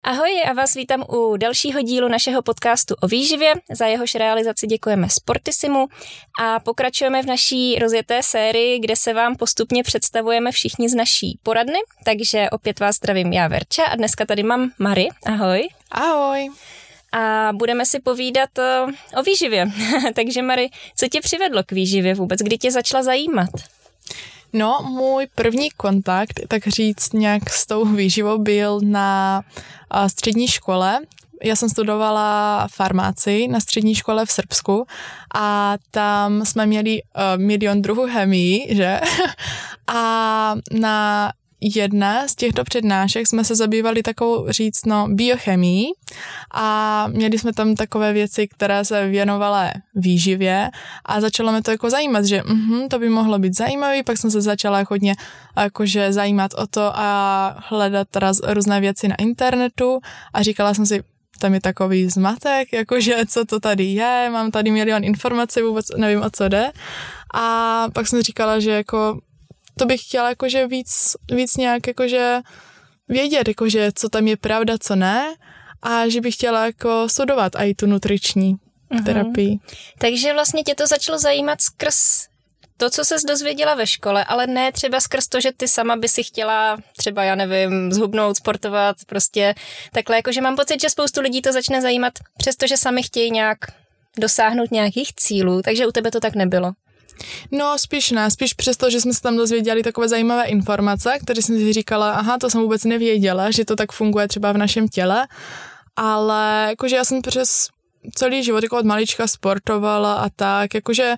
Ahoj, a vás vítám u dalšího dílu našeho podcastu o výživě. Za jehož realizaci děkujeme Sportissimu a pokračujeme v naší rozjeté sérii, kde se vám postupně představujeme všichni z naší poradny. Takže opět vás zdravím já, Verča, a dneska tady mám Mary. Ahoj. Ahoj. A budeme si povídat o výživě. Takže Mary, co tě přivedlo k výživě vůbec? Kdy tě začala zajímat? No, můj první kontakt, tak říct, nějak s tou výživou byl na střední škole. Já jsem studovala farmácii na střední škole v Srbsku a tam jsme měli milion druhů chemii, že? A na jedné z těchto přednášek jsme se zabývali takovou biochemií a měli jsme tam takové věci, které se věnovaly výživě a začalo mě to jako zajímat, že to by mohlo být zajímavé, pak jsem se začala hodně jakože zajímat o to a hledat různé věci na internetu a říkala jsem si, tam je takový zmatek, jakože co to tady je, mám tady milion informací, vůbec nevím, o co jde. A pak jsem říkala, že jako to bych chtěla jakože víc nějak jakože vědět, jakože co tam je pravda, co ne a že bych chtěla jako studovat i tu nutriční terapii. Takže vlastně tě to začalo zajímat skrz to, co ses dozvěděla ve škole, ale ne třeba skrz to, že ty sama by si chtěla třeba, já nevím, zhubnout, sportovat, prostě takhle, jakože mám pocit, že spoustu lidí to začne zajímat, přestože sami chtějí nějak dosáhnout nějakých cílů, takže u tebe to tak nebylo. No spíš ne, spíš přesto, že jsme se tam dozvěděli takové zajímavé informace, které jsem si říkala, aha, to jsem vůbec nevěděla, že to tak funguje třeba v našem těle, ale jakože já jsem přes celý život jako od malička sportovala a tak, jakože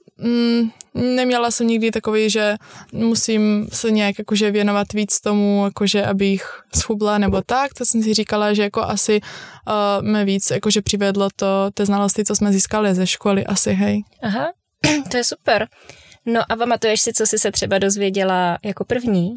neměla jsem nikdy takový, že musím se nějak jakože věnovat víc tomu, jakože abych schubla nebo tak, to jsem si říkala, že jako asi mě víc jakože přivedlo to, ty znalosti, co jsme získali ze školy, asi hej. Aha. To je super. No a pamatuješ si, co jsi se třeba dozvěděla jako první?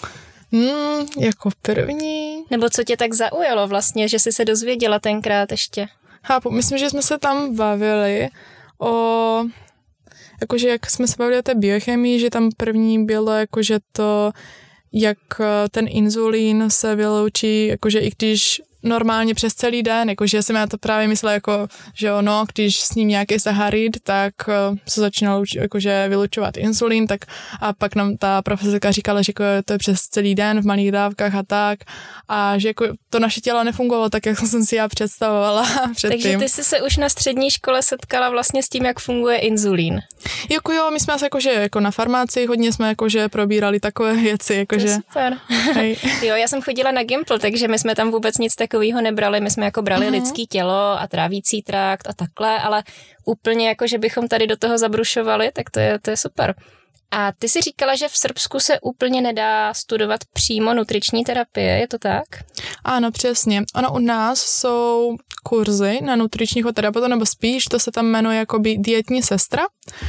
Jako první? Nebo co tě tak zaujalo vlastně, že jsi se dozvěděla tenkrát ještě? Chápu, myslím, že jsme se tam bavili o, jakože jak jsme se bavili o té biochemii, že tam první bylo jakože to, jak ten inzulín se vyloučí, jakože i když normálně přes celý den, jakože jsem já to právě myslela jako, že ono, když s ním nějaký sacharid, tak se začínal jakože vylučovat insulín, tak a pak nám ta profesorka říkala, že jako to je přes celý den v malých dávkách a tak a že jako to naše tělo nefungovalo tak, jak jsem si já představovala předtím. Takže ty jsi se už na střední škole setkala vlastně s tím, jak funguje inzulín. Jako jo, my jsme se jakože jako na farmácii hodně jsme jakože probírali takové věci, jakože. To je super. Jo, já jsem chodila na Gimpl, takže my jsme tam vůbec nic takového nebrali, my jsme jako brali lidský tělo a trávící trakt a takhle, ale úplně jako, že bychom tady do toho zabrušovali, tak to je super. A ty si říkala, že v Srbsku se úplně nedá studovat přímo nutriční terapie, je to tak? Ano, přesně. Ono u nás jsou kurzy na nutričního terapeuta, nebo spíš to se tam jmenuje jakoby dietní sestra.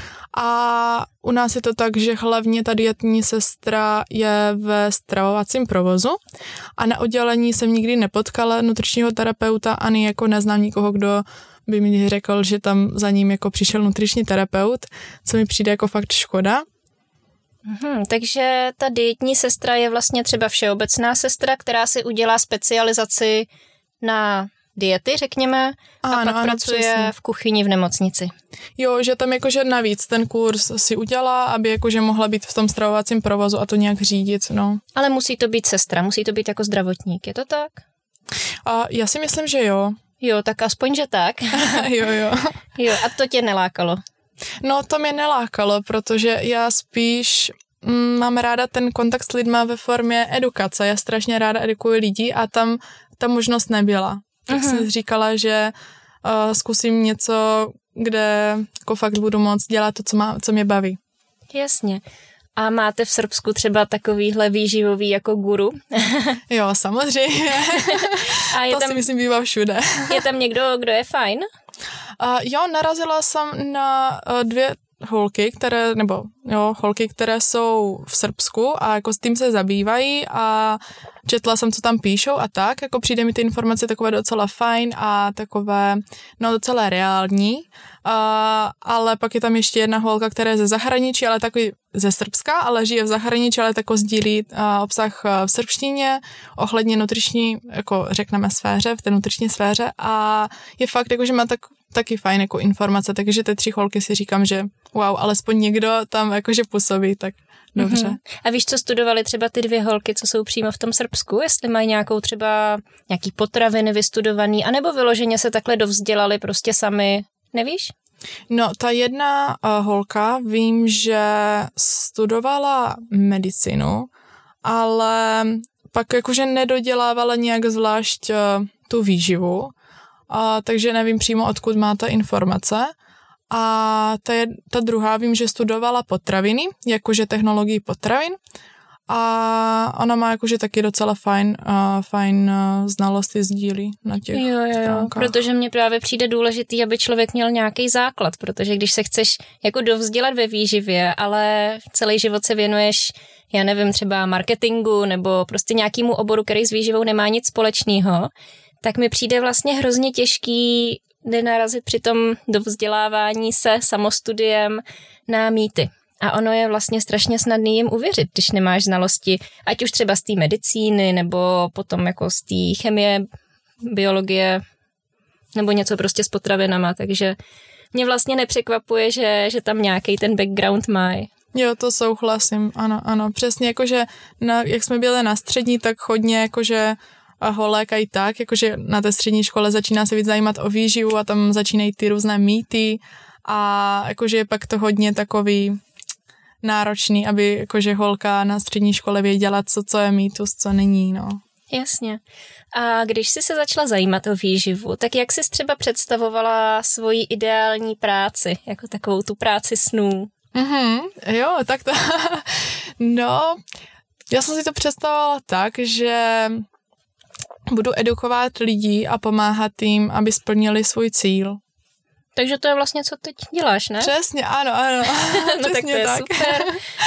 A u nás je to tak, že hlavně ta dietní sestra je ve stravovacím provozu a na oddělení jsem nikdy nepotkala nutričního terapeuta, ani jako neznám nikoho, kdo by mi řekl, že tam za ním jako přišel nutriční terapeut, co mi přijde jako fakt škoda. Takže ta dietní sestra je vlastně třeba všeobecná sestra, která si udělá specializaci na diety, řekněme, a pak pracuje přesně v kuchyni v nemocnici. Jo, že tam jakože navíc ten kurz si udělá, aby jakože mohla být v tom stravovacím provozu a to nějak řídit, no. Ale musí to být sestra, musí to být jako zdravotník, je to tak? A já si myslím, že jo. Jo, tak aspoň, že tak. Jo. Jo, a to tě nelákalo? No, to mě nelákalo, protože já spíš mám ráda ten kontakt s lidma ve formě edukace. Já strašně ráda edukuji lidi a tam ta možnost nebyla. Tak jsem říkala, že zkusím něco, kde jako fakt budu moct dělat to, co mě baví. Jasně. A máte v Srbsku třeba takovýhle výživový jako guru? Jo, samozřejmě. A to si myslím bývá všude. Je tam někdo, kdo je fajn? Jo, narazila jsem na holky, které jsou v Srbsku a jako s tím se zabývají a četla jsem, co tam píšou a tak, jako přijde mi ty informace takové docela fajn a takové, no docela reální, ale pak je tam ještě jedna holka, která je ze zahraničí, ale takový ze Srbska, ale žije v zahraničí, ale tako sdílí obsah v srbštině, ohledně nutriční, jako řekneme sféře, v té nutriční sféře a je fakt, jako, že má taky fajn jako informace, takže ty 3 holky si říkám, že wow, alespoň někdo tam jakože působí, tak dobře. Mm-hmm. A víš, co studovali třeba ty 2 holky, co jsou přímo v tom Srbsku? Jestli mají nějakou třeba nějaký potraviny vystudovaný, anebo vyloženě se takhle dovzdělali prostě sami, nevíš? No, ta jedna holka, vím, že studovala medicínu, ale pak jakože nedodělávala nějak zvlášť tu výživu, takže nevím přímo, odkud má ta informace. A ta druhá, vím, že studovala potraviny, jakože technologii potravin a ona má jakože taky docela fajn znalosti sdílí na těch stránkách. Protože mně právě přijde důležitý, aby člověk měl nějaký základ, protože když se chceš jako dovzdělat ve výživě, ale celý život se věnuješ, já nevím, třeba marketingu nebo prostě nějakému oboru, který s výživou nemá nic společného, tak mi přijde vlastně hrozně těžký nenarazit při tom dovzdělávání se samostudiem na mýty. A ono je vlastně strašně snadný jim uvěřit, když nemáš znalosti, ať už třeba z té medicíny, nebo potom jako z té chemie, biologie, nebo něco prostě s potravinama. Takže mě vlastně nepřekvapuje, že tam nějaký ten background mají. Jo, to souhlasím, ano. Přesně jakože, jak jsme byli na střední, tak hodně jakože a holek a i tak, jakože na té střední škole začíná se víc zajímat o výživu a tam začínají ty různé mýty a jakože je pak to hodně takový náročný, aby jakože holka na střední škole věděla, co je mýtus, co není, no. Jasně. A když jsi se začala zajímat o výživu, tak jak jsi třeba představovala svoji ideální práci, jako takovou tu práci snů? Jo, tak to, no, já jsem si to představovala tak, že budu edukovat lidi a pomáhat jim, aby splnili svůj cíl. Takže to je vlastně, co teď děláš, ne? Přesně, ano. No tak to je tak. Super.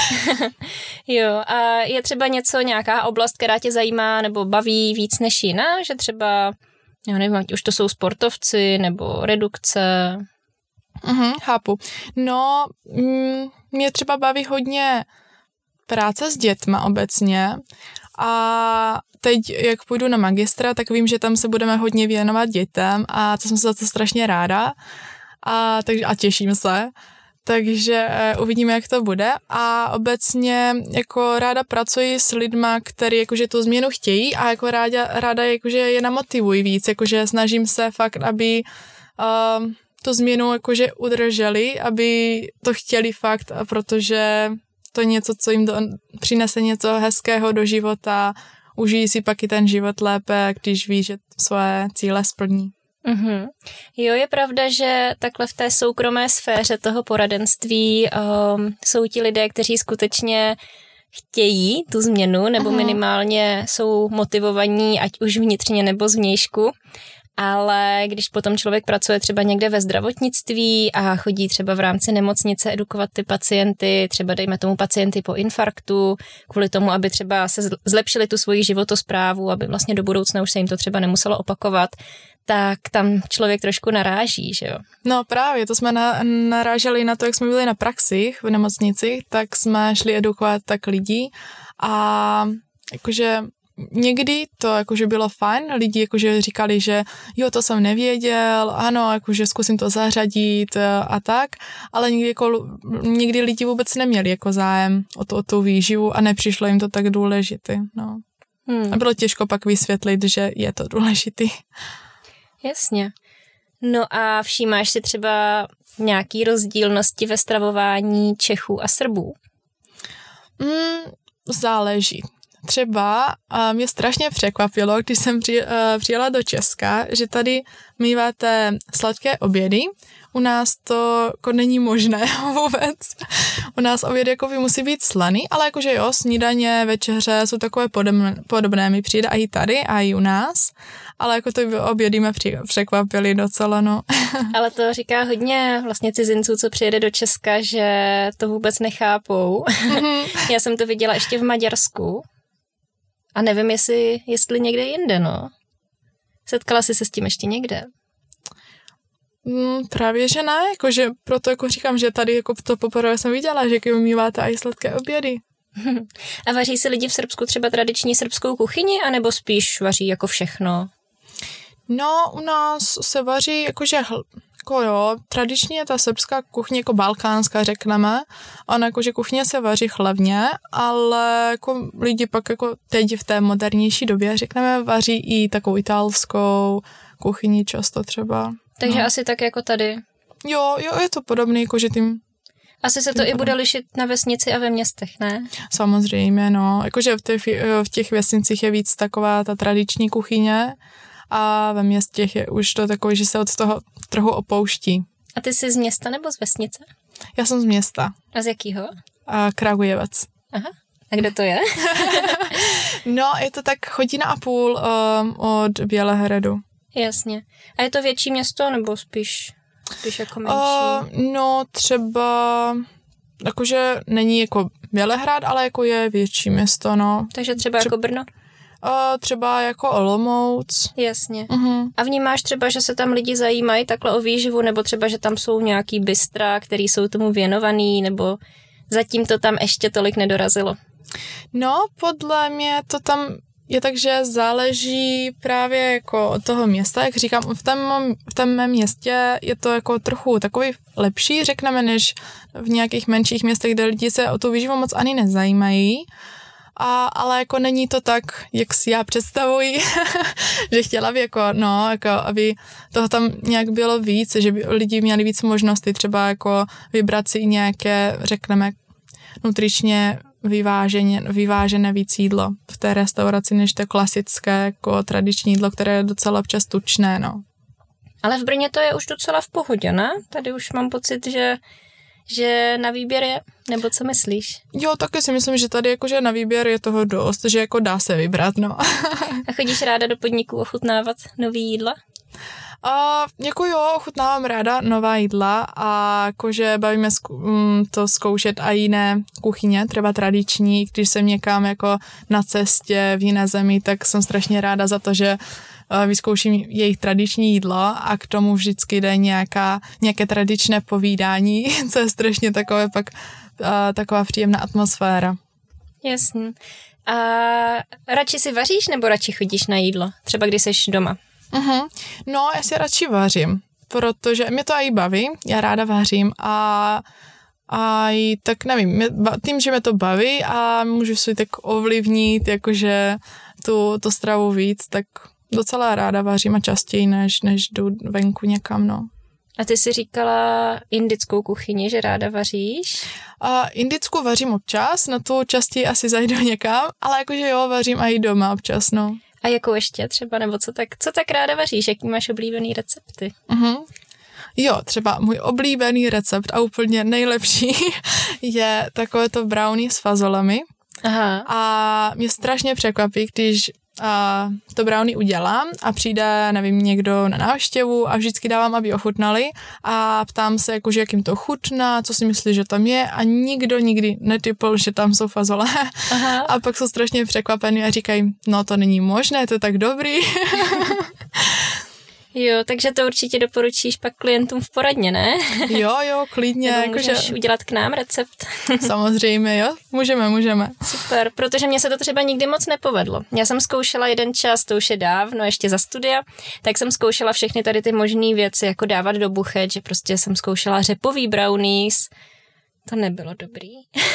Jo, a je třeba nějaká oblast, která tě zajímá nebo baví víc než jiná? Že třeba, já nevím, ať už to jsou sportovci nebo redukce? Chápu. No, mě třeba baví hodně práce s dětma obecně a teď, jak půjdu na magistra, tak vím, že tam se budeme hodně věnovat dětem a to jsem se za to strašně ráda a těším se. Takže uvidíme, jak to bude a obecně jako ráda pracuji s lidma, kteří jakože tu změnu chtějí a jako ráda jakože je namotivuji víc, jakože snažím se fakt, aby tu změnu jakože udrželi, aby to chtěli fakt, protože to je něco, co jim přinese něco hezkého do života, užijí si pak i ten život lépe, když ví, že své cíle splní. Mm-hmm. Jo, je pravda, že takhle v té soukromé sféře toho poradenství jsou ti lidé, kteří skutečně chtějí tu změnu, nebo minimálně jsou motivovaní, ať už vnitřně nebo zvnějšku. Ale když potom člověk pracuje třeba někde ve zdravotnictví a chodí třeba v rámci nemocnice edukovat ty pacienty, třeba dejme tomu pacienty po infarktu, kvůli tomu, aby třeba se zlepšili tu svoji životosprávu, aby vlastně do budoucna už se jim to třeba nemuselo opakovat, tak tam člověk trošku naráží, že jo? No právě, to jsme naráželi na to, jak jsme byli na praxích v nemocnici, tak jsme šli edukovat tak lidí a jakože někdy to jakože bylo fajn, lidi jakože říkali, že jo, to jsem nevěděl, ano, jakože zkusím to zařadit a tak, ale někdy lidi vůbec neměli jako zájem o tu výživu a nepřišlo jim to tak důležité, no. A bylo těžko pak vysvětlit, že je to důležitý. Jasně. No a všímáš si třeba nějaký rozdílnosti ve stravování Čechů a Srbů? Záleží. třeba mě strašně překvapilo, když jsem přijela do Česka, že tady míváte sladké obědy. U nás to jako není možné vůbec. U nás obědy jako musí být slaný, ale jakože jo, snídaně, večeře jsou takové podobné. Mi přijde i tady, a i u nás. Ale jako ty obědy mě překvapily docela, no. Ale to říká hodně vlastně cizinců, co přijede do Česka, že to vůbec nechápou. Já jsem to viděla ještě v Maďarsku a nevím, jestli někde jinde, no. Setkala jsi se s tím ještě někde? Právě, že ne, jakože proto jako říkám, že tady jako to poprvé jsem viděla, že když míváte i sladké obědy. A vaří si lidi v Srbsku třeba tradiční srbskou kuchyni, anebo spíš vaří jako všechno? No, u nás se vaří jakože jako jo, tradičně je ta srbská kuchyně jako balkánská, řekneme. Ona jakože kuchyně se vaří hlavně, ale jako lidi pak jako teď v té modernější době, řekneme, vaří i takovou italskou kuchyni často třeba. Takže asi tak jako tady. Jo, je to podobný, jakože tím. Asi se to i bude lišit na vesnici a ve městech, ne? Samozřejmě, no. Jakože v těch vesnicích je víc taková ta tradiční kuchyně a ve městech je už to takové, že se od toho trochu opouští. A ty jsi z města nebo z vesnice? Já jsem z města. A z jakýho? Kragujevec. Aha. A kde to je? No, je to tak 1.5 hodiny od Bělehradu. Jasně. A je to větší město nebo spíš jako menší? No, třeba jakože není jako Bělehrad, ale jako je větší město, no. Takže třeba jako Brno? Třeba jako Olomouc. Jasně. A vnímáš třeba, že se tam lidi zajímají takhle o výživu, nebo třeba, že tam jsou nějaký bystra, který jsou tomu věnovaný, nebo zatím to tam ještě tolik nedorazilo? No, podle mě to tam je tak, že záleží právě jako od toho města, jak říkám, v tom mém městě je to jako trochu takový lepší, řekneme, než v nějakých menších městech, kde lidi se o tu výživu moc ani nezajímají. Ale jako není to tak, jak si já představuji, že chtěla by jako aby toho tam nějak bylo víc, že by lidi měli víc možností, třeba jako vybrat si nějaké, řekneme, nutričně vyvážené víc jídlo v té restauraci, než to klasické jako tradiční jídlo, které je docela občas tučné, no. Ale v Brně to je už docela v pohodě, ne? Tady už mám pocit, že na výběr je, nebo co myslíš? Jo, taky si myslím, že tady jakože na výběr je toho dost, že jako dá se vybrat, no. A chodíš ráda do podniků ochutnávat nový jídla? Jako jo, ochutnávám ráda nová jídla a jakože bavíme to zkoušet a jiné kuchyně, třeba tradiční, když jsem někam jako na cestě v jiné zemi, tak jsem strašně ráda za to, že vyzkouším jejich tradiční jídlo a k tomu vždycky jde nějaké tradičné povídání, co je strašně takové pak taková příjemná atmosféra. Jasně. A radši si vaříš nebo radši chodíš na jídlo? Třeba když jsi doma? No, já si radši vařím, protože mě to i baví, já ráda vařím a i tak nevím, tím, že mě to baví a můžu si tak ovlivnit jakože tu stravu víc, tak docela ráda vařím a častěji, než jdu venku někam, no. A ty jsi říkala indickou kuchyni, že ráda vaříš? Indickou vařím občas, na tu častěji asi zajdu někam, ale jakože jo, vařím i doma občas, no. A jakou ještě třeba, nebo co tak ráda vaříš? Jaký máš oblíbený recepty? Jo, třeba můj oblíbený recept a úplně nejlepší je takovéto brownie s fazolemi. Aha. A mě strašně překvapí, když to brownie udělám a přijde, nevím, někdo na návštěvu a vždycky dávám, aby ochutnali a ptám se, jakože, jak jim to chutná, co si myslí, že tam je a nikdo nikdy netypl, že tam jsou fazole. Aha. A pak jsou strašně překvapení a říkají, no to není možné, to je tak dobrý. Jo, takže to určitě doporučíš pak klientům v poradně, ne? Jo, klidně. Nebo můžeš udělat k nám recept. Samozřejmě, jo, můžeme. Super, protože mně se to třeba nikdy moc nepovedlo. Já jsem zkoušela jeden čas, to už je dávno, ještě za studia, tak jsem zkoušela všechny tady ty možné věci, jako dávat do buchet, že prostě jsem zkoušela řepový brownies. To nebylo dobrý.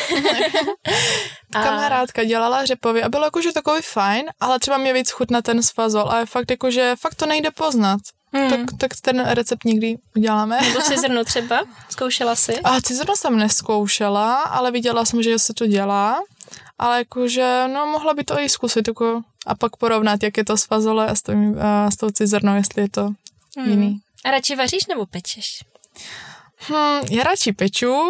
Kamarádka dělala řepový a bylo jakože takový fajn, ale třeba mě víc chutná ten s fazol a je fakt jakože fakt to nejde poznat. Tak ten recept nikdy uděláme. Nebo cizrnu třeba? Zkoušela jsi? Cizrnu jsem neskoušela, ale viděla jsem, že se to dělá ale jakože, no mohla by to i zkusit, jako, a pak porovnat, jak je to s fazole a s tou cizrnou, jestli je to jiný. A radši vaříš nebo pečeš? Já radši peču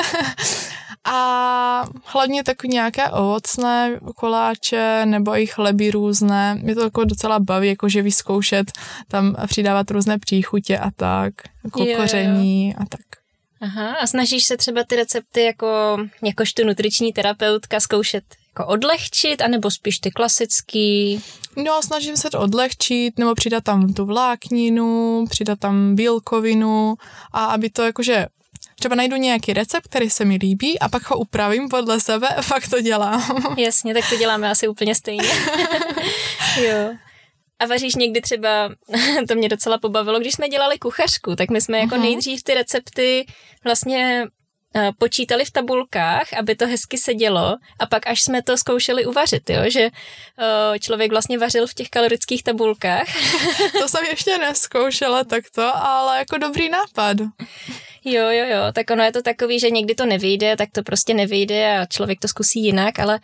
a hlavně taky nějaké ovocné koláče nebo i chleby různé. Mě to jako docela baví, jakože vyzkoušet, tam přidávat různé příchutě a tak, jako koření a tak. Aha, a snažíš se třeba ty recepty jakožto nutriční terapeutka zkoušet jako odlehčit, anebo spíš ty klasický? No, snažím se to odlehčit, nebo přidat tam tu vlákninu, přidat tam bílkovinu a aby to jakože třeba najdu nějaký recept, který se mi líbí a pak ho upravím podle sebe a fakt to dělám. Jasně, tak to děláme asi úplně stejně. Jo. A vaříš někdy třeba, to mě docela pobavilo, když jsme dělali kuchařku, tak my jsme jako nejdřív ty recepty vlastně počítali v tabulkách, aby to hezky sedělo a pak až jsme to zkoušeli uvařit, jo? Že člověk vlastně vařil v těch kalorických tabulkách. To jsem ještě nezkoušela takto, ale jako dobrý nápad. Jo, tak ono je to takový, že někdy to nevyjde, tak to prostě nevyjde a člověk to zkusí jinak, ale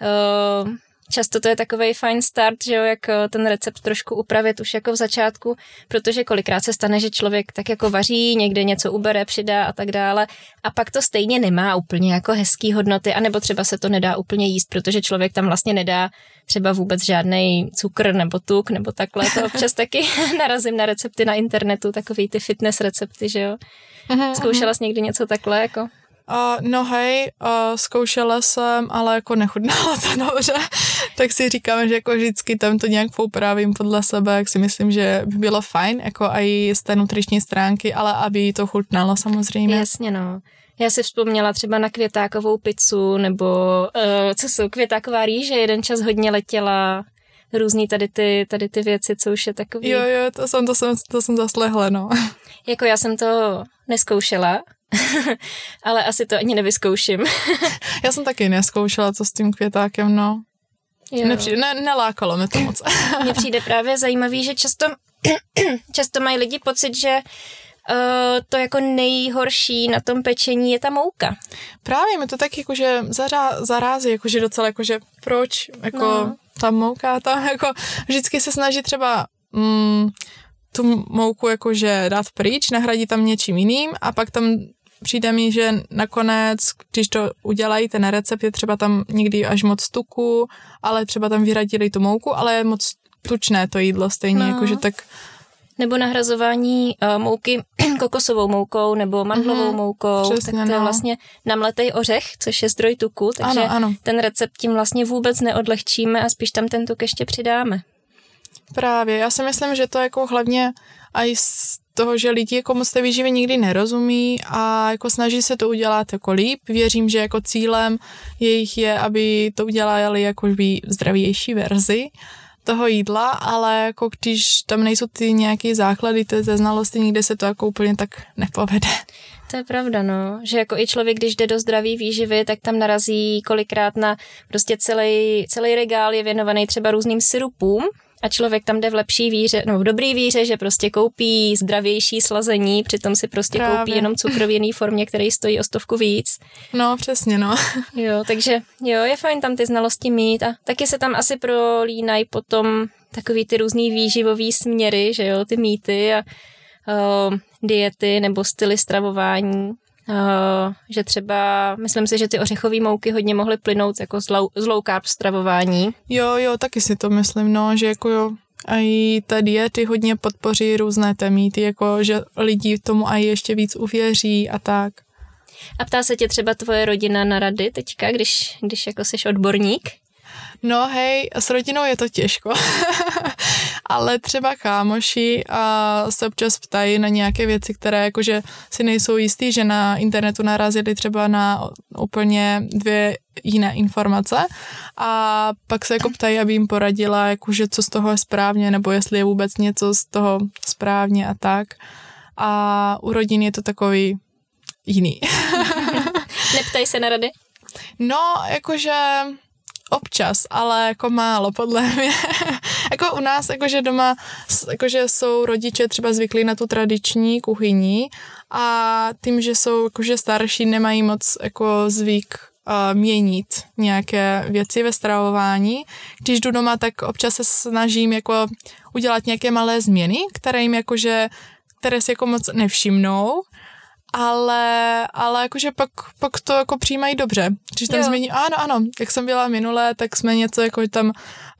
často to je takovej fajn start, že jo, jak ten recept trošku upravit už jako v začátku, protože kolikrát se stane, že člověk tak jako vaří, někde něco ubere, přidá a tak dále a pak to stejně nemá úplně jako hezký hodnoty, anebo třeba se to nedá úplně jíst, protože člověk tam vlastně nedá třeba vůbec žádnej cukr nebo tuk nebo takhle, to občas taky narazím na recepty na internetu, takový ty fitness recepty, že jo. Zkoušela jsi někdy něco takhle jako? No hej, zkoušela jsem, ale jako nechutnalo to dobře, tak si říkám, že jako vždycky tam to nějak poupravím podle sebe, jak si myslím, že by bylo fajn, jako i z té nutriční stránky, ale aby to chutnalo samozřejmě. Jasně, no. Já si vzpomněla třeba na květákovou pizzu, nebo co jsou květáková rýže, jeden čas hodně letěla, různý tady ty věci, co už je takový. Jo, to jsem zaslehla, no. Jako já jsem to neskoušela, ale asi to ani nevyzkouším. Já jsem taky neskoušela, co s tím květákem, no. Nelákalo mi to moc. Mně přijde právě zajímavý, že často mají lidi pocit, že to jako nejhorší na tom pečení je ta mouka. Právě mi to tak jakože zarází, jakože docela jakože proč, jako ta mouka tam jako vždycky se snaží třeba tu mouku jakože dát pryč, nahradit tam něčím jiným a pak tam přijde mi, že nakonec, když to udělají, ten recept je třeba tam někdy až moc tuku, ale třeba tam vyradili tu mouku, ale je moc tučné to jídlo stejně, jakože tak. Nebo nahrazování mouky kokosovou moukou nebo mandlovou moukou, přesně, tak to je vlastně namletej ořech, což je zdroj tuku, takže ano. Ten recept tím vlastně vůbec neodlehčíme a spíš tam ten tuk ještě přidáme. Právě, já si myslím, že to jako hlavně i z toho, že lidi jako moc té výživy nikdy nerozumí a jako snaží se to udělat jako líp. Věřím, že jako cílem jejich je, aby to udělali jako zdravější verzi toho jídla, ale jako když tam nejsou ty nějaké základy, ty znalosti, nikde se to jako úplně tak nepovede. To je pravda, no, že jako i člověk, když jde do zdraví výživy, tak tam narazí kolikrát na prostě celý regál je věnovaný třeba různým syrupům a člověk tam jde v lepší víře, no v dobrý víře, že prostě koupí zdravější slazení, přitom si prostě koupí jenom cukr v jiný formě, který stojí o 100 víc. No, přesně, no. Jo, takže jo, je fajn tam ty znalosti mít a taky se tam asi prolínají potom takový ty různý výživový směry, že jo, ty mýty a diety nebo styly stravování. Že třeba, myslím si, že ty ořechové mouky hodně mohly plynout jako z low carb stravování. Jo, taky si to myslím, no, že jako jo, a i té diety hodně podpoří různé té mýty, jako že lidi tomu aj ještě víc uvěří a tak. A ptá se tě třeba tvoje rodina na rady teďka, když jako jsi odborník? No hej, s rodinou je to těžko, ale třeba kámoši se občas ptají na nějaké věci, které jakože si nejsou jistý, že na internetu narazili třeba na úplně 2 jiné informace a pak se jako ptají, aby jim poradila, jakože co z toho je správně, nebo jestli je vůbec něco z toho správně a tak. A u rodin je to takový jiný. Neptají se na rady? No, jakože občas, ale jako málo podle mě. Jako u nás, jakože doma, jakože jsou rodiče třeba zvyklí na tu tradiční kuchyni a tím, že jsou jakože starší, nemají moc jako zvyk měnit nějaké věci ve stravování. Když jdu doma, tak občas se snažím jako udělat nějaké malé změny, které si jako moc nevšimnou, ale jakože pak to jako přijímají dobře. Když tam změní, ano, jak jsem byla minule, tak jsme něco jako tam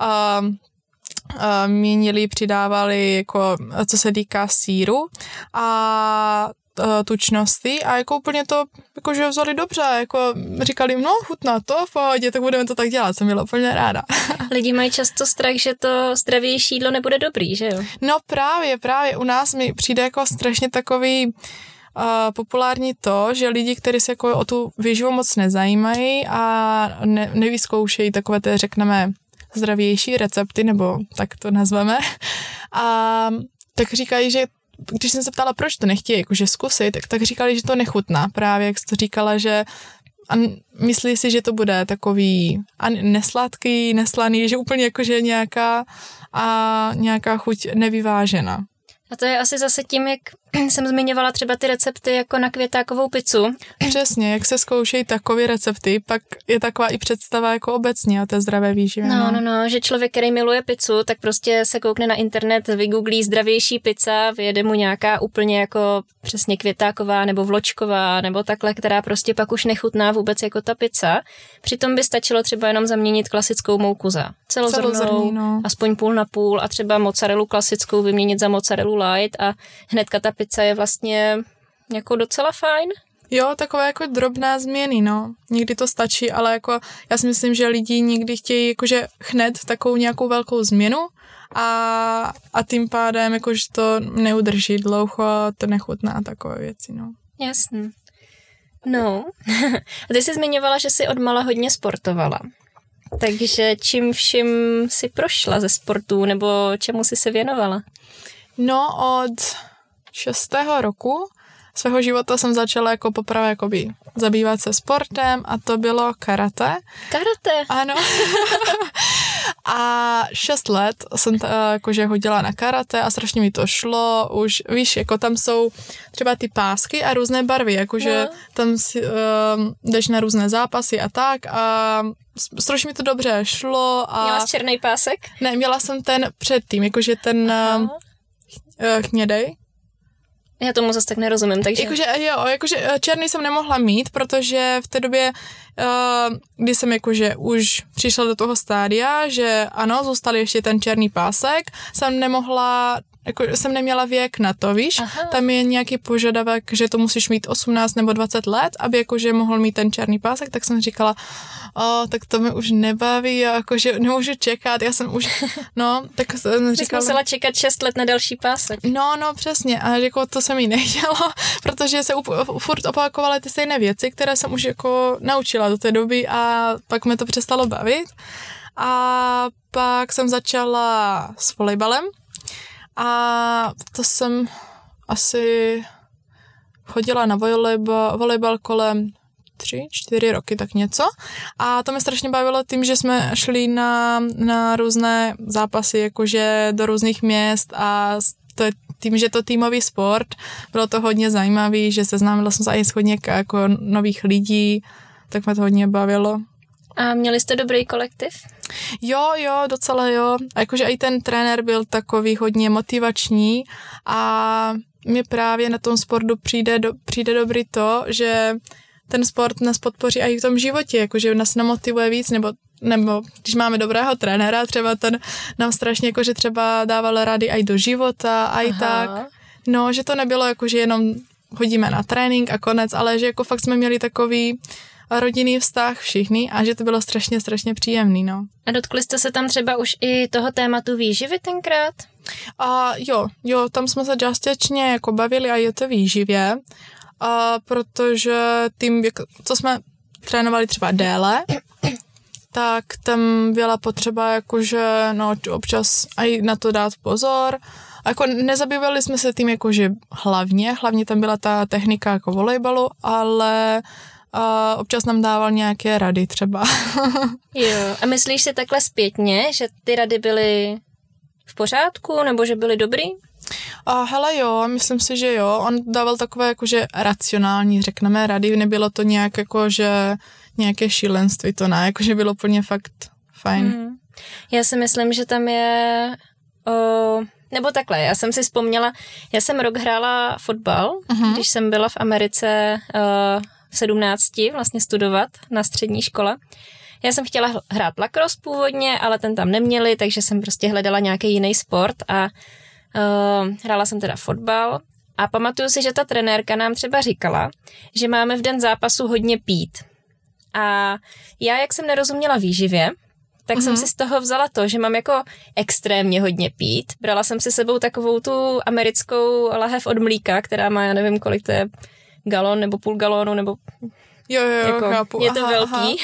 měnili, přidávali, jako, co se týká sýru a tučnosti a jako úplně to jakože vzali dobře, jako říkali, no chutná to, v pohodě, tak budeme to tak dělat, jsem byla úplně ráda. Lidi mají často strach, že to zdravější jídlo nebude dobrý, že jo? No právě u nás mi přijde jako strašně takový populární to, že lidi, kteří se jako o tu výživu moc nezajímají a nevyzkoušejí takové, řekneme, zdravější recepty, nebo tak to nazveme, a tak říkají, že když jsem se ptala, proč to nechtějí jakože zkusit, tak říkali, že to nechutná. Právě jak jsi to říkala, že a myslí si, že to bude takový nesladký, neslaný, že úplně jakože nějaká chuť nevyvážená. A to je asi zase tím, jak jsem zmiňovala třeba ty recepty jako na květákovou pizzu. Přesně, jak se zkoušejí takové recepty, pak je taková i představa jako obecně o té zdravé výživě. No, že člověk, který miluje pizzu, tak prostě se koukne na internet, vygooglí zdravější pizza, vyjede mu nějaká úplně jako přesně květáková nebo vločková nebo takhle, která prostě pak už nechutná vůbec jako ta pizza. Přitom by stačilo třeba jenom zaměnit klasickou mouku za celozrnnou, aspoň půl na půl a třeba mozzarellu klasickou vyměnit za mozzarellu light a hnedka ta pizza je vlastně jako docela fajn. Jo, takové jako drobná změny, no. Někdy to stačí, ale jako já si myslím, že lidi někdy chtějí jakože hned takovou nějakou velkou změnu a tím pádem jakože to neudrží dlouho, to nechutná takové věci, no. Jasně. No, a ty jsi zmiňovala, že jsi odmala hodně sportovala. Takže čím vším jsi prošla ze sportu, nebo čemu jsi se věnovala? No, od 6. roku svého života jsem začala jako poprvé jakoby zabývat se sportem a to bylo karate. Karate? Ano. A 6 let jsem jakože hodila na karate a strašně mi to šlo. Už víš, jako tam jsou třeba ty pásky a různé barvy, jakože tam si, jdeš na různé zápasy a tak a strašně mi to dobře šlo. A měla jsi černý pásek? Ne, měla jsem ten předtím, jakože ten hnědej. Já tomu zase tak nerozumím, takže... Jakože černý jsem nemohla mít, protože v té době, kdy jsem jakože už přišla do toho stádia, že ano, zůstal ještě ten černý pásek, jsem neměla věk na to, víš? Aha. Tam je nějaký požadavek, že to musíš mít 18 nebo 20 let, aby jakože mohl mít ten černý pásek, tak jsem říkala, tak to mě už nebaví, jakože nemůžu čekat, já jsem už, tak jsem říkala... Jsi musela čekat 6 let na další pásek. No, přesně, a jako to se mi nechtělo, protože se furt opakovaly ty stejné věci, které jsem už jako naučila do té doby a pak mě to přestalo bavit. A pak jsem začala s volejbalem, a to jsem asi chodila na volejbal kolem 3-4 roky, tak něco. A to mě strašně bavilo tím, že jsme šli na různé zápasy, jakože do různých měst a to je tím, že to týmový sport, bylo to hodně zajímavý, že seznámila jsem se i s hodně jako nových lidí, tak mě to hodně bavilo. A měli jste dobrý kolektiv? Jo, docela jo. A jakože i ten trenér byl takový hodně motivační a mě právě na tom sportu přijde dobrý to, že ten sport nás podpoří i v tom životě, jakože nás namotivuje víc, nebo když máme dobrého trenéra, třeba ten nám strašně jakože třeba dával rady i do života, a i tak. No, že to nebylo jakože jenom chodíme na trénink a konec, ale že jako fakt jsme měli takový rodinný vztah všichni a že to bylo strašně, strašně příjemný, no. A dotkli jste se tam třeba už i toho tématu výživy tenkrát? A jo, tam jsme se částečně jako bavili i o té výživě, protože tím, co jsme trénovali třeba déle, tak tam byla potřeba jakože, občas i na to dát pozor. A jako nezabývali jsme se tím jakože hlavně tam byla ta technika jako volejbalu, ale občas nám dával nějaké rady třeba. Jo, a myslíš si takhle zpětně, že ty rady byly v pořádku, nebo že byly dobrý? Hele jo, myslím si, že jo. On dával takové jakože racionální, řekneme, rady. Nebylo to nějak jako, že nějaké šílenství, to ne, jakože bylo úplně fakt fajn. Já si myslím, že tam je... Nebo takhle, já jsem si vzpomněla, já jsem rok hrála fotbal, když jsem byla v Americe v 17 vlastně studovat na střední škole. Já jsem chtěla hrát lacrosse původně, ale ten tam neměli, takže jsem prostě hledala nějaký jiný sport a hrála jsem teda fotbal. A pamatuju si, že ta trenérka nám třeba říkala, že máme v den zápasu hodně pít. A já, jak jsem nerozuměla výživě, tak jsem si z toho vzala to, že mám jako extrémně hodně pít. Brala jsem si sebou takovou tu americkou lahev od mlíka, která má, já nevím, kolik to je, galon nebo půl galonu, nebo... Jo, jako, chápu. Je to velký.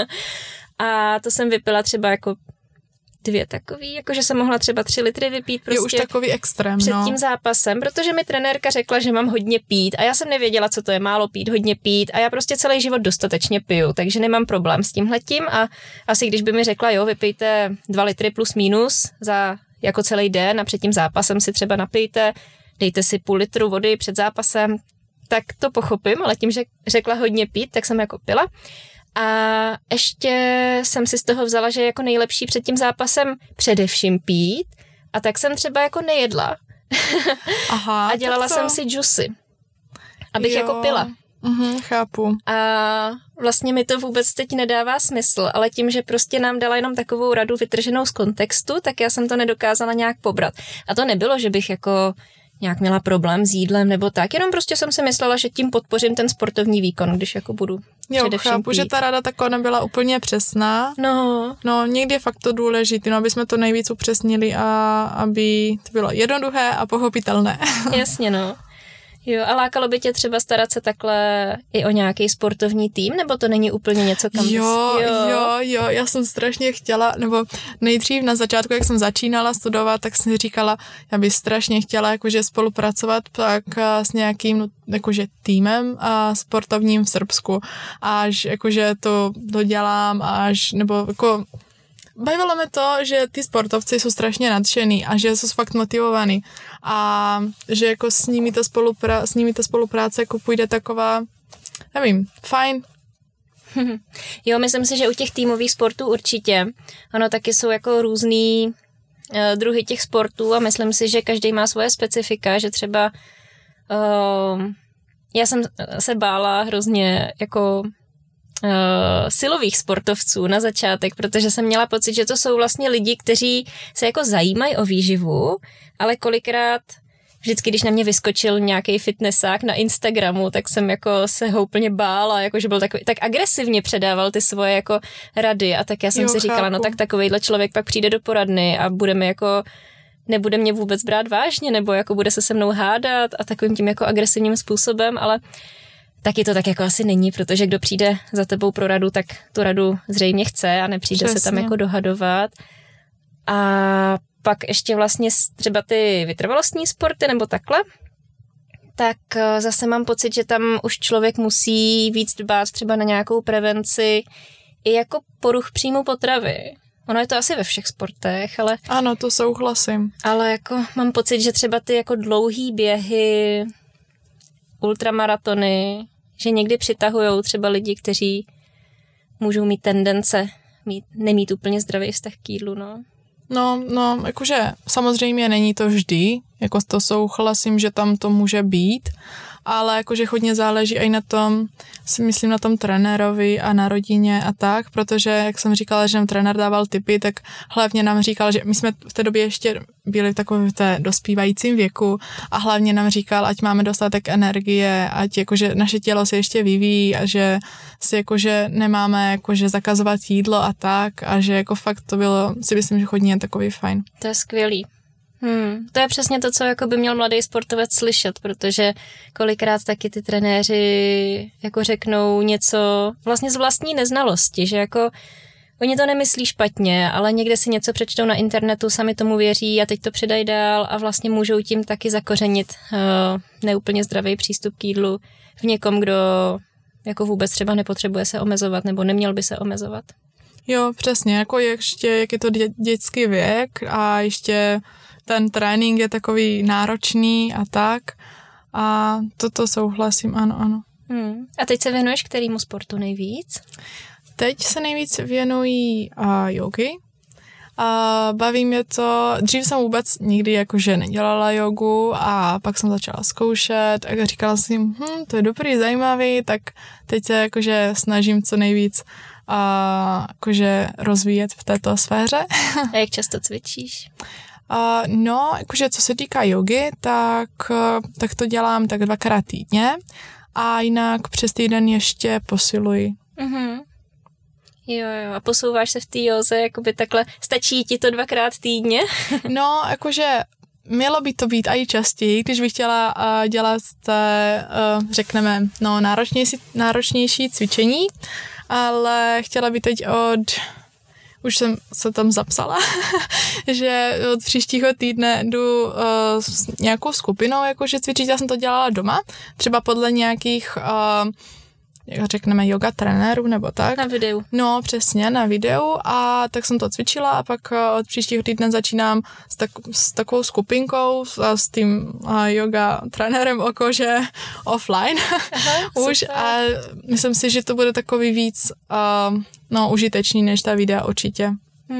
A to jsem vypila třeba jako 2 takový, jakože jsem mohla třeba 3 litry vypít prostě. Je už takový extrém, před tím zápasem, protože mi trenérka řekla, že mám hodně pít a já jsem nevěděla, co to je málo pít, hodně pít a já prostě celý život dostatečně piju, takže nemám problém s tímhletím a asi když by mi řekla, jo, vypijte 2 litry plus minus za jako celý den a před tím zápasem si třeba napijte, dejte si půl litru vody před zápasem, tak to pochopím, ale tím, že řekla hodně pít, tak jsem jako pila. A ještě jsem si z toho vzala, že je jako nejlepší před tím zápasem především pít a tak jsem třeba jako nejedla. Aha, a dělala jsem si džusy, abych jako pila. Chápu. A vlastně mi to vůbec teď nedává smysl, ale tím, že prostě nám dala jenom takovou radu vytrženou z kontextu, tak já jsem to nedokázala nějak pobrat. A to nebylo, že bych jako nějak měla problém s jídlem nebo tak, jenom prostě jsem si myslela, že tím podpořím ten sportovní výkon, když jako budu především chápu, pít. že ta rada taková nebyla úplně přesná. No, někdy je fakt to důležité, no, aby jsme to nejvíc upřesnili a aby to bylo jednoduché a pochopitelné. Jasně, no. Jo, a lákalo by tě třeba starat se takhle i o nějaký sportovní tým, nebo to není úplně něco, kam Jo, já jsem strašně chtěla, nebo nejdřív na začátku, jak jsem začínala studovat, tak jsem říkala, já bych strašně chtěla jakože spolupracovat tak s nějakým jakože týmem a sportovním v Srbsku, až jakože to dodělám, až, nebo jako bavilo mě to, že ty sportovci jsou strašně nadšený a že jsou fakt motivovaný a že jako s nimi ta spolupráce jako půjde taková, nevím, fajn. Jo, myslím si, že u těch týmových sportů určitě. Ono taky jsou jako různý druhy těch sportů a myslím si, že každý má svoje specifika, že třeba já jsem se bála hrozně jako silových sportovců na začátek, protože jsem měla pocit, že to jsou vlastně lidi, kteří se jako zajímají o výživu, ale kolikrát vždycky, když na mě vyskočil nějaký fitnessák na Instagramu, tak jsem jako se ho úplně bála, jako že byl takový, tak agresivně předával ty svoje jako rady a tak já jsem si říkala, no tak takovejhle člověk pak přijde do poradny a nebude mě vůbec brát vážně, nebo jako bude se mnou hádat a takovým tím jako agresivním způsobem, ale taky to tak jako asi není, protože kdo přijde za tebou pro radu, tak tu radu zřejmě chce a nepřijde se tam jako dohadovat. A pak ještě vlastně třeba ty vytrvalostní sporty nebo takhle, tak zase mám pocit, že tam už člověk musí víc dbát třeba na nějakou prevenci i jako poruch příjmu potravy. Ono je to asi ve všech sportech, ale... Ano, to souhlasím. Ale jako mám pocit, že třeba ty jako dlouhý běhy, ultramaratony, že někdy přitahujou třeba lidi, kteří můžou mít tendence nemít úplně zdravý vztah k jídlu, no. No, jakože samozřejmě není to vždy, jako to souhlasím, že tam to může být, ale jakože hodně záleží i na tom, si myslím na tom trenérovi a na rodině a tak, protože jak jsem říkala, že nám trenér dával tipy, tak hlavně nám říkal, že my jsme v té době ještě byli v takovém dospívajícím věku a hlavně nám říkal, ať máme dostatek energie, ať jakože naše tělo se ještě vyvíjí a že si jakože nemáme jakože zakazovat jídlo a tak a že jako fakt to bylo, si myslím, že hodně takový fajn. To je skvělý. To je přesně to, co jako by měl mladý sportovec slyšet, protože kolikrát taky ty trenéři jako řeknou něco vlastně z vlastní neznalosti, že jako oni to nemyslí špatně, ale někde si něco přečtou na internetu, sami tomu věří a teď to předají dál a vlastně můžou tím taky zakořenit neúplně zdravý přístup k jídlu v někom, kdo jako vůbec třeba nepotřebuje se omezovat nebo neměl by se omezovat. Jo, přesně, jako ještě, jak je to dětský věk a ještě ten trénink je takový náročný a tak a toto souhlasím, ano. A teď se věnuješ kterému sportu nejvíc? Teď se nejvíc věnují jogy. A baví mě to, dřív jsem vůbec nikdy jakože nedělala jogu a pak jsem začala zkoušet a říkala jsem, to je dobrý, zajímavý, tak teď se jakože snažím co nejvíc jakože rozvíjet v této sféře. A jak často cvičíš? No, jakože co se týká jogy, tak to dělám tak 2krát týdně a jinak přes týden ještě posiluji. Jo, a posouváš se v té józe, jakoby takhle, stačí ti to 2krát týdně? No, jakože mělo by to být i častěji, když bych chtěla dělat, řekneme, náročnější cvičení, ale chtěla by teď už jsem se tam zapsala, že od příštího týdne jdu s nějakou skupinou, jakože cvičit, já jsem to dělala doma, třeba podle nějakých řekneme yoga trenérů nebo tak. Na videu. No, přesně, na videu a tak jsem to cvičila a pak od příštího týdne začínám s takovou skupinkou a s tím yoga trenérem okože offline. Aha, už super. A myslím si, že to bude takový víc užitečný než ta videa určitě.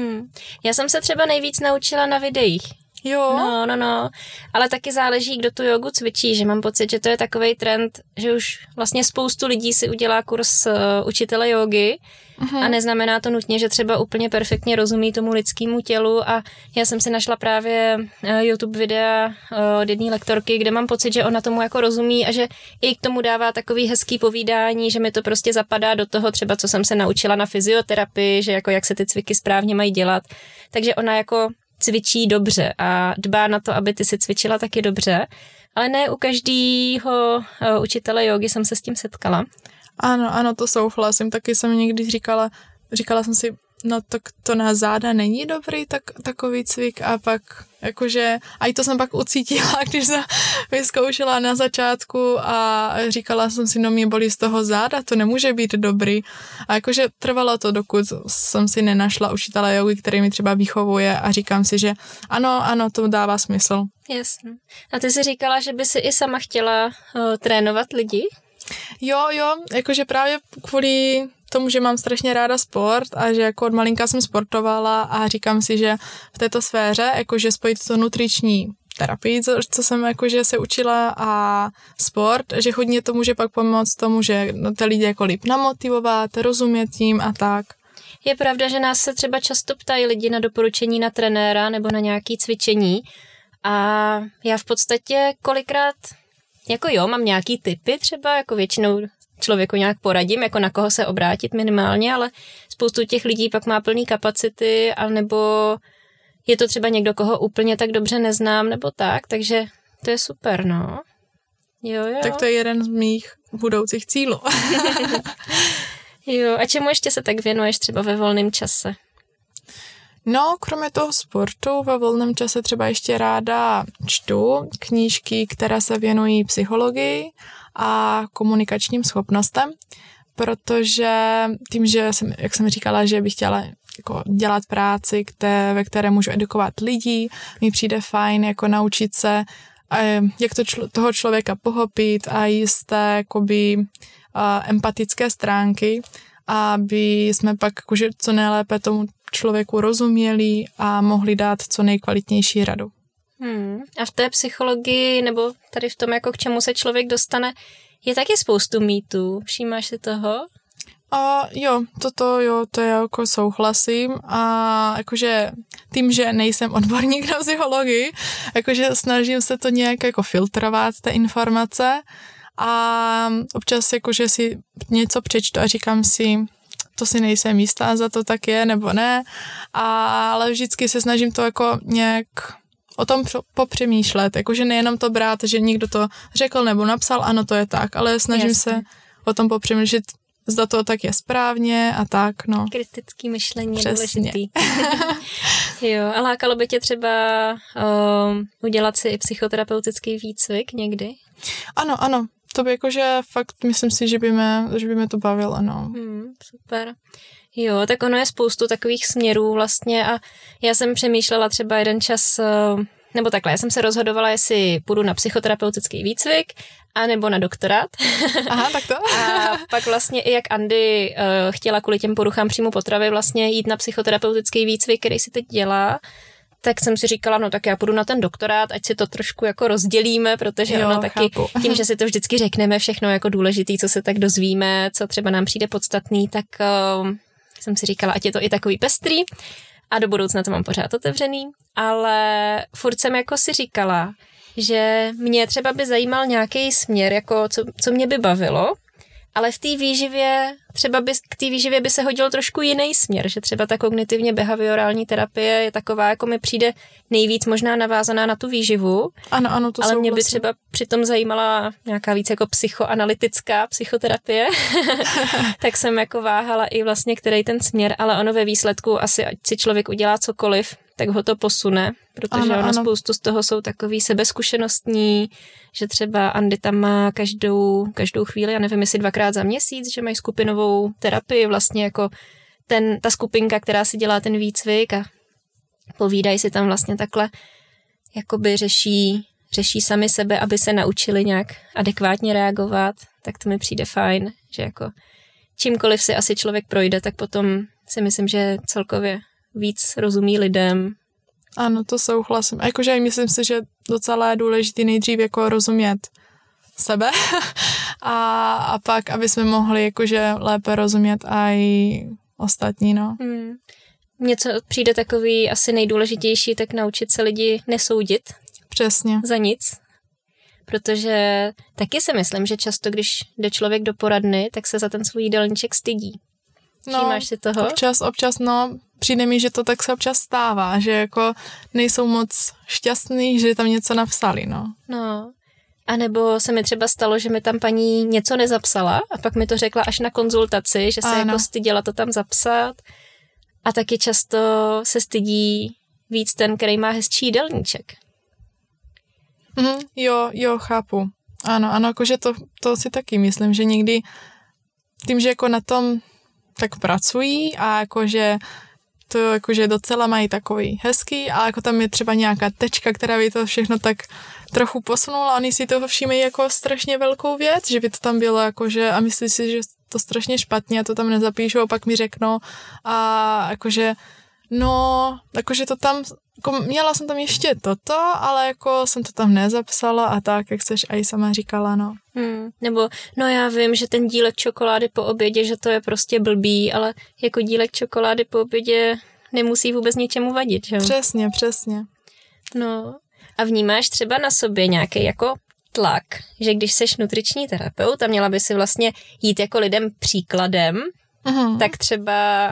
Já jsem se třeba nejvíc naučila na videích. Jo. No. Ale taky záleží, kdo tu jogu cvičí, že mám pocit, že to je takovej trend, že už vlastně spoustu lidí si udělá kurz učitele jogy a neznamená to nutně, že třeba úplně perfektně rozumí tomu lidskému tělu a já jsem si našla právě YouTube videa od jedné lektorky, kde mám pocit, že ona tomu jako rozumí a že i k tomu dává takový hezký povídání, že mi to prostě zapadá do toho třeba, co jsem se naučila na fyzioterapii, že jako jak se ty cviky správně mají dělat. Takže ona jako cvičí dobře a dbá na to, aby ty si cvičila taky dobře, ale ne u každého učitele jógy jsem se s tím setkala. Ano, to souhlasím, taky jsem někdy říkala jsem si, no to na záda není dobrý takový cvik a pak jakože, a i to jsem pak ucítila, když jsem vyzkoušela na začátku a říkala jsem si, no mě bolí z toho záda, to nemůže být dobrý. A jakože trvalo to, dokud jsem si nenašla učitele jogy, který mi třeba vychovuje a říkám si, že ano, to dává smysl. Jasně. A ty jsi říkala, že by si i sama chtěla trénovat lidi? Jo, jakože právě kvůli tomu, že mám strašně ráda sport a že jako od malinka jsem sportovala a říkám si, že v této sféře, jakože spojit to nutriční terapii, co jsem jakože se učila a sport, že hodně to může pak pomoct tomu, že ty lidi jako líp namotivovat, rozumět tím a tak. Je pravda, že nás se třeba často ptají lidi na doporučení na trenéra nebo na nějaké cvičení a já v podstatě kolikrát jako mám nějaký tipy třeba, jako většinou člověku nějak poradím, jako na koho se obrátit minimálně, ale spoustu těch lidí pak má plný kapacity, anebo je to třeba někdo, koho úplně tak dobře neznám, nebo tak, takže to je super, no. Jo. Tak to je jeden z mých budoucích cílů. Jo, a čemu ještě se tak věnuješ třeba ve volném čase? No, kromě toho sportu ve volném čase třeba ještě ráda čtu knížky, které se věnují psychologii a komunikačním schopnostem, protože tím, že jak jsem říkala, že bych chtěla jako dělat práci, ve které můžu edukovat lidí, mi přijde fajn jako naučit se, jak toho člověka pochopit a jisté jakoby empatické stránky, aby jsme pak jakože co nejlépe tomu člověku rozuměli a mohli dát co nejkvalitnější radu. A v té psychologii nebo tady v tom, jako k čemu se člověk dostane, je taky spoustu mýtů. Všímáš si toho? Jo, to je jako souhlasím a jakože tím, že nejsem odborník na psychologii, jakože snažím se to nějak jako filtrovat, ty informace a občas jakože si něco přečtu a říkám si, to si nejsem jistá, za to tak je nebo ne, ale vždycky se snažím to jako nějak o tom popřemýšlet, jakože nejenom to brát, že někdo to řekl nebo napsal, ano, to je tak, ale snažím se o tom popřemýšlet, zda to tak je správně a tak, no. Kritický myšlení je přesně důležitý. Jo, a lákalo by tě třeba udělat si i psychoterapeutický výcvik někdy? Ano, to by jakože fakt myslím si, že by mě to bavilo, no. Super. Jo, tak ono je spoustu takových směrů vlastně a já jsem přemýšlela třeba jeden čas nebo takhle, já jsem se rozhodovala, jestli půjdu na psychoterapeutický výcvik, anebo na doktorát. Aha, tak to. A pak vlastně i jak Andy chtěla kvůli těm poruchám příjmu potravy vlastně jít na psychoterapeutický výcvik, který si teď dělá, tak jsem si říkala, no tak já půjdu na ten doktorát, ať si to trošku jako rozdělíme, protože ono taky tím, že si to vždycky řekneme všechno jako důležitý, co se tak dozvíme, co třeba nám přijde podstatný, tak jsem si říkala, ať je to i takový pestrý a do budoucna to mám pořád otevřený, ale furt jsem jako si říkala, že mě třeba by zajímal nějaký směr, jako co mě by bavilo, ale v té výživě, třeba k té výživě by se hodil trošku jiný směr, že třeba ta kognitivně behaviorální terapie je taková, jako mi přijde nejvíc možná navázaná na tu výživu. Ano, to ale souhlasím. mě by třeba přitom zajímala nějaká víc jako psychoanalytická psychoterapie. Tak jsem jako váhala i vlastně, který ten směr, ale ono ve výsledku asi, ať si člověk udělá cokoliv, tak ho to posune, protože ono spoustu z toho jsou takový sebezkušenostní, že třeba Andy tam má každou chvíli, já nevím, jestli 2krát za měsíc, že mají skupinovou terapii, vlastně jako ta skupinka, která si dělá ten výcvik a povídají si tam vlastně takhle, jakoby řeší sami sebe, aby se naučili nějak adekvátně reagovat, tak to mi přijde fajn, že jako čímkoliv si asi člověk projde, tak potom si myslím, že celkově víc rozumí lidem. Ano, to souhlasím. A jakože myslím si, že docela je důležitý nejdřív jako rozumět sebe a pak, aby jsme mohli jakože lépe rozumět i ostatní, no. Mně co přijde takový asi nejdůležitější, tak naučit se lidi nesoudit. Přesně. Za nic. Protože taky si myslím, že často, když jde člověk do poradny, tak se za ten svůj jídelníček stydí. Všímáš si toho? Občas, no, přijde mi, že to tak se občas stává, že jako nejsou moc šťastný, že tam něco napsali, no. No, a nebo se mi třeba stalo, že mi tam paní něco nezapsala a pak mi to řekla až na konzultaci, že se jako styděla to tam zapsat a taky často se víc ten, který má hezčí jídelníček. Jo, chápu. Ano, jakože to si taky myslím, že někdy tím, že jako na tom tak pracují a jakože to jakože docela mají takový hezký a jako tam je třeba nějaká tečka, která by to všechno tak trochu posunula a oni si to všímají jako strašně velkou věc, že by to tam bylo jakože a myslí si, že to strašně špatně a to tam nezapíšou a pak mi řeknou a jakože no, jakože to tam jako měla jsem tam ještě toto, ale jako jsem to tam nezapsala a tak, jak seš i sama říkala, no. Nebo, no já vím, že ten dílek čokolády po obědě, že to je prostě blbý, ale jako dílek čokolády po obědě nemusí vůbec ničemu vadit, že? Přesně. No a vnímáš třeba na sobě nějaký jako tlak, že když seš nutriční terapeut a měla by si vlastně jít jako lidem příkladem, tak třeba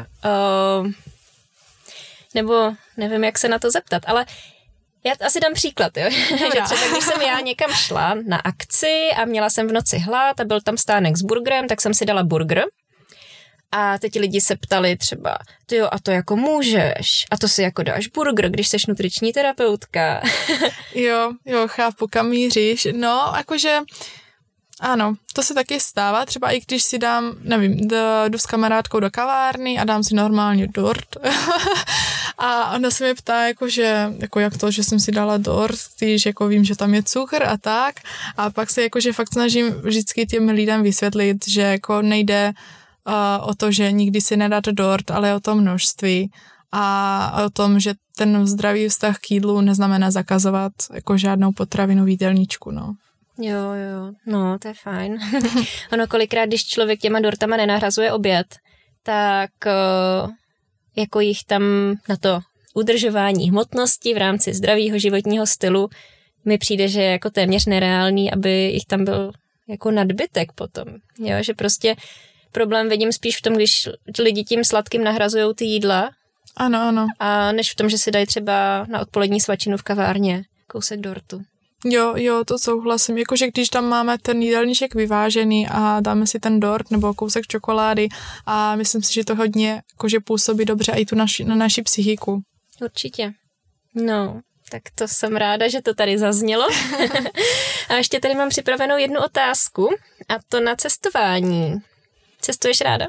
nebo nevím, jak se na to zeptat, ale já asi dám příklad, jo? Že třeba když jsem já někam šla na akci a měla jsem v noci hlad a byl tam stánek s burgerem, tak jsem si dala burger a teď lidi se ptali třeba, tyjo, a to jako můžeš, a to si jako dáš burger, když seš nutriční terapeutka. Jo, chápu, kam míříš. No, jakože ano, to se taky stává, třeba i když si dám, nevím, jdu s kamarádkou do kavárny a dám si normálně dort a ona se mě ptá, jakože, jako jak to, že jsem si dala dort, když jako vím, že tam je cukr a tak a pak se jakože fakt snažím vždycky těm lidem vysvětlit, že jako nejde o to, že nikdy si nedat dort, ale o to množství a o tom, že ten zdravý vztah k jídlu neznamená zakazovat jako žádnou potravinu v jídelníčku, no. Jo, no, to je fajn. Ono kolikrát, když člověk těma dortama nenahrazuje oběd, tak jako jich tam na to udržování hmotnosti v rámci zdravého životního stylu mi přijde, že je jako téměř nereálný, aby jich tam byl jako nadbytek potom. Jo, že prostě problém vidím spíš v tom, když lidi tím sladkým nahrazujou ty jídla. Ano. A než v tom, že si dají třeba na odpolední svačinu v kavárně kousek dortu. Jo, to souhlasím. Jakože když tam máme ten jídelníček vyvážený a dáme si ten dort nebo kousek čokolády a myslím si, že to hodně jakože působí dobře i tu na naši psychiku. Určitě. No, tak to jsem ráda, že to tady zaznělo. A ještě tady mám připravenou jednu otázku a to na cestování. Cestuješ ráda?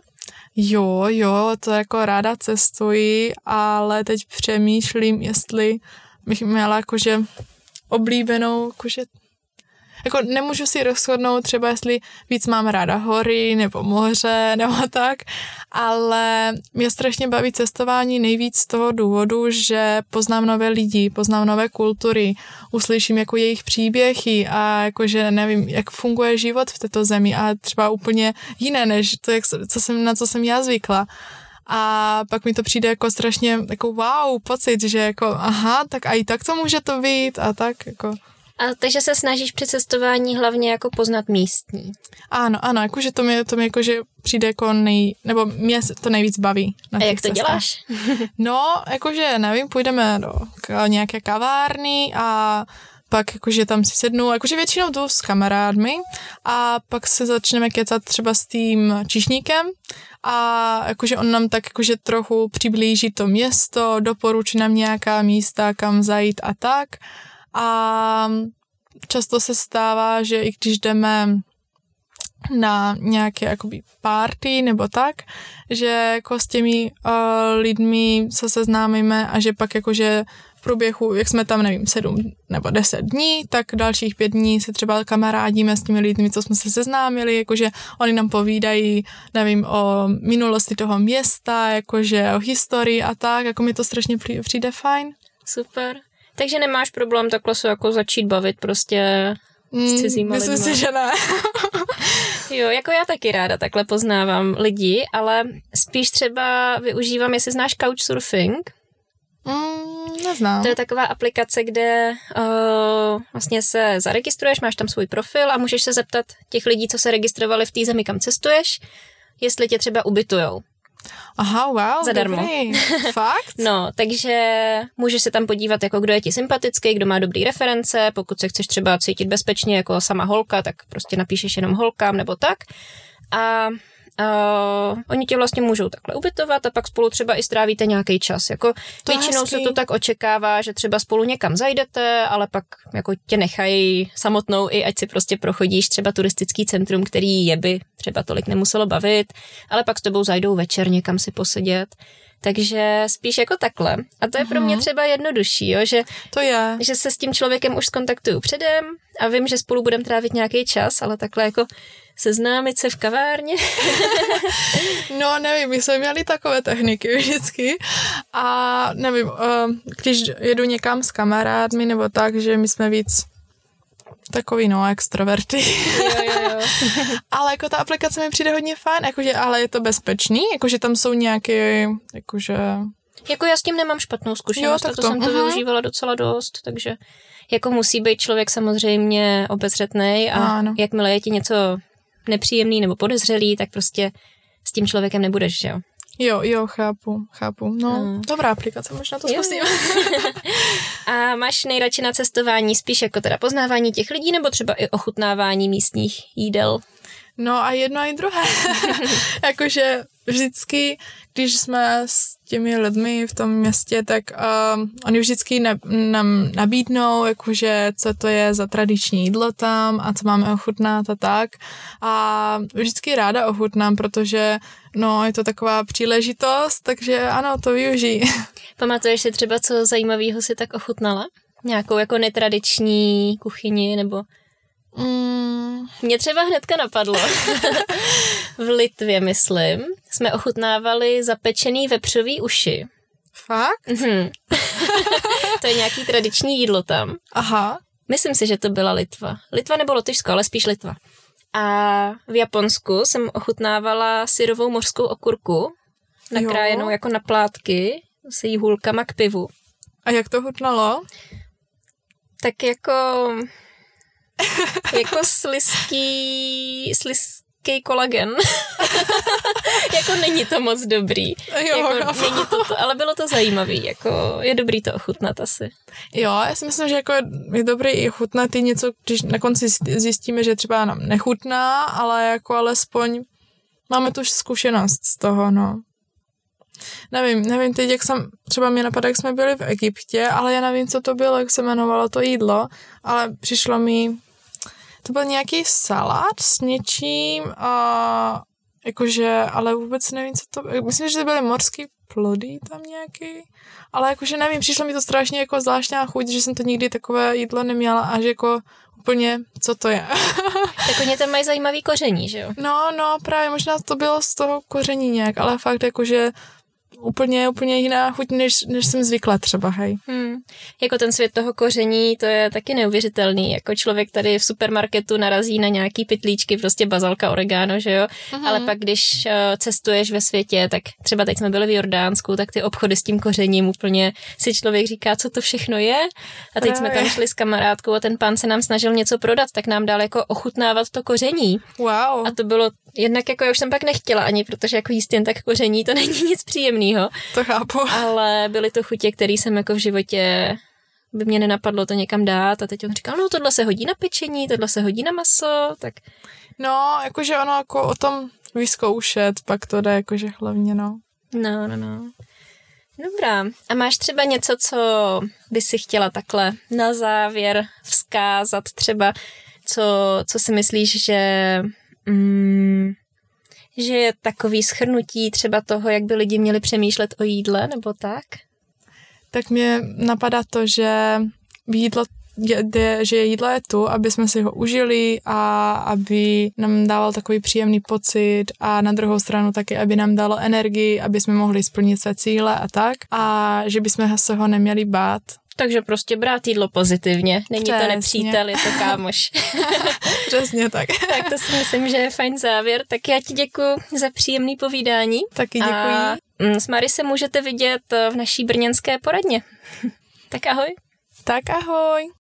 Jo, to jako ráda cestuji, ale teď přemýšlím, jestli bych měla jakože oblíbenou, jakože jako nemůžu si rozhodnout třeba, jestli víc mám ráda hory nebo moře nebo tak, ale mě strašně baví cestování nejvíc z toho důvodu, že poznám nové lidi, poznám nové kultury, uslyším jako jejich příběhy a jakože nevím, jak funguje život v této zemi a třeba úplně jiné, než to, na co jsem já zvykla. A pak mi to přijde jako strašně jako wow pocit, že jako aha, tak a i tak to může to být a tak jako. A takže se snažíš při cestování hlavně jako poznat místní. Ano, jakože to mě jakože přijde jako nebo mě to nejvíc baví. A jak to děláš? No, jakože nevím, půjdeme do nějaké kavárny a pak jakože tam si sednu, jakože většinou jdu s kamarádmi a pak se začneme kecat třeba s tím číšníkem a jakože on nám tak jakože trochu přiblíží to město, doporučí nám nějaká místa, kam zajít a tak. A často se stává, že i když jdeme na nějaké jakoby party nebo tak, že jako s těmi lidmi se seznámíme a že pak jakože v průběhu, jak jsme tam, nevím, 7 nebo 10 dní, tak dalších 5 dní se třeba kamarádíme s těmi lidmi, co jsme se seznámili, jakože oni nám povídají, nevím, o minulosti toho města, jakože o historii a tak, jako mi to strašně přijde fajn. Super. Takže nemáš problém takhle se jako začít bavit prostě s cizíma lidma. Myslím si, že ne. Jo, jako já taky ráda takhle poznávám lidi, ale spíš třeba využívám, jestli znáš Couchsurfing. Neznám. To je taková aplikace, kde vlastně se zaregistruješ, máš tam svůj profil a můžeš se zeptat těch lidí, co se registrovali v té zemi, kam cestuješ, jestli tě třeba ubytujou. Aha, wow, zadarmo. Dobrý. Fakt? No, takže můžeš se tam podívat, jako kdo je ti sympatický, kdo má dobrý reference, pokud se chceš třeba cítit bezpečně jako sama holka, tak prostě napíšeš jenom holkám nebo tak. A oni tě vlastně můžou takhle ubytovat a pak spolu třeba i strávíte nějaký čas. Jako většinou se to tak očekává, že třeba spolu někam zajdete, ale pak jako tě nechají samotnou i ať si prostě prochodíš třeba turistický centrum, který je by třeba tolik nemuselo bavit, ale pak s tebou zajdou večer někam si posedět. Takže spíš jako takhle. A to je pro mě třeba jednodušší, jo? Že se s tím člověkem už skontaktuju předem a vím, že spolu budeme trávit nějaký čas, ale takhle jako seznámit se v kavárně. No, nevím, my jsme měli takové techniky vždycky a nevím, když jedu někam s kamarádmi nebo tak, že my jsme víc takový, extroverty. Jo. Ale jako ta aplikace mi přijde hodně fajn, jakože, ale je to bezpečný, jakože tam jsou nějaké, jakože... Jako já s tím nemám špatnou zkušenost, a to jsem to využívala docela dost, takže jako musí být člověk samozřejmě obezřetnej a ano. Jakmile je ti něco nepříjemný nebo podezřelý, tak prostě s tím člověkem nebudeš, že jo? Jo, chápu. No, dobrá aplikace, možná to zkusím. A máš nejradši na cestování spíš jako teda poznávání těch lidí nebo třeba i ochutnávání místních jídel? No a jedno a i druhé. Jakože vždycky, když jsme s těmi lidmi v tom městě, tak oni vždycky nám nabídnou, jakože co to je za tradiční jídlo tam a co máme ochutnat a tak. A vždycky ráda ochutnám, protože je to taková příležitost, takže ano, to využij. Pamatuješ si třeba, co zajímavého si tak ochutnala? Nějakou jako netradiční kuchyni nebo... Mě třeba hnedka napadlo. V Litvě, myslím, jsme ochutnávali zapečený vepřový uši. Fakt? To je nějaký tradiční jídlo tam. Aha. Myslím si, že to byla Litva. Litva nebo Lotyšsko, ale spíš Litva. A v Japonsku jsem ochutnávala syrovou mořskou okurku, nakrájenou jako na plátky s jihulkama k pivu. A jak to chutnalo? Tak jako slizký kolagen. Jako není to moc dobrý. Není to, ale bylo to zajímavý. Jako je dobrý to ochutnat asi. Jo, já si myslím, že jako je dobrý i chutnat i něco, když na konci zjistíme, že třeba nám nechutná, ale jako alespoň máme tu zkušenost z toho, Nevím teď, jak třeba mě napadá, jak jsme byli v Egyptě, ale já nevím, co to bylo, jak se jmenovalo to jídlo, ale přišlo mi, to byl nějaký salát s něčím a Jakože, ale vůbec nevím, co to... Myslím, že to byly morský plody tam nějaký, ale jakože nevím, přišlo mi to strašně jako zvláštná chuť, že jsem to nikdy takové jídlo neměla a že jako úplně, co to je. Tak oni tam mají zajímavý koření, že jo? No, právě možná to bylo z toho koření nějak, ale fakt jakože úplně jiná chuť, než jsem zvykla třeba, hej. Jako ten svět toho koření, to je taky neuvěřitelný. Jako člověk tady v supermarketu narazí na nějaký pytlíčky, prostě bazalka, oregano, že jo? Ale pak, když cestuješ ve světě, tak třeba teď jsme byli v Jordánsku, tak ty obchody s tím kořením úplně si člověk říká, co to všechno je. A teď jsme tam šli s kamarádkou a ten pán se nám snažil něco prodat, tak nám dal jako ochutnávat to koření. Wow. A to bylo jednak jako já už jsem pak nechtěla ani, protože jako jíst jen tak koření, to není nic příjemného. To chápu. Ale byly to chutě, které jsem jako v životě by mě nenapadlo to někam dát a teď on říkal, no tohle se hodí na pečení, tohle se hodí na maso, tak... No, jakože ono jako o tom vyzkoušet, pak to jde jakože hlavně, no. No. Dobrá. A máš třeba něco, co by si chtěla takhle na závěr vzkázat třeba, co si myslíš, že je takový shrnutí třeba toho, jak by lidi měli přemýšlet o jídle, nebo tak? Tak mě napadá to, že jídlo je tu, aby jsme si ho užili a aby nám dával takový příjemný pocit a na druhou stranu taky, aby nám dalo energii, aby jsme mohli splnit své cíle a tak a že bychom se ho neměli bát. Takže prostě brát jídlo pozitivně. Není to nepřítel, je to kámoš. Přesně tak. Tak to si myslím, že je fajn závěr. Tak já ti děkuji za příjemný povídání. Taky děkuji. A s Mary se můžete vidět v naší brněnské poradně. Tak ahoj. Tak ahoj.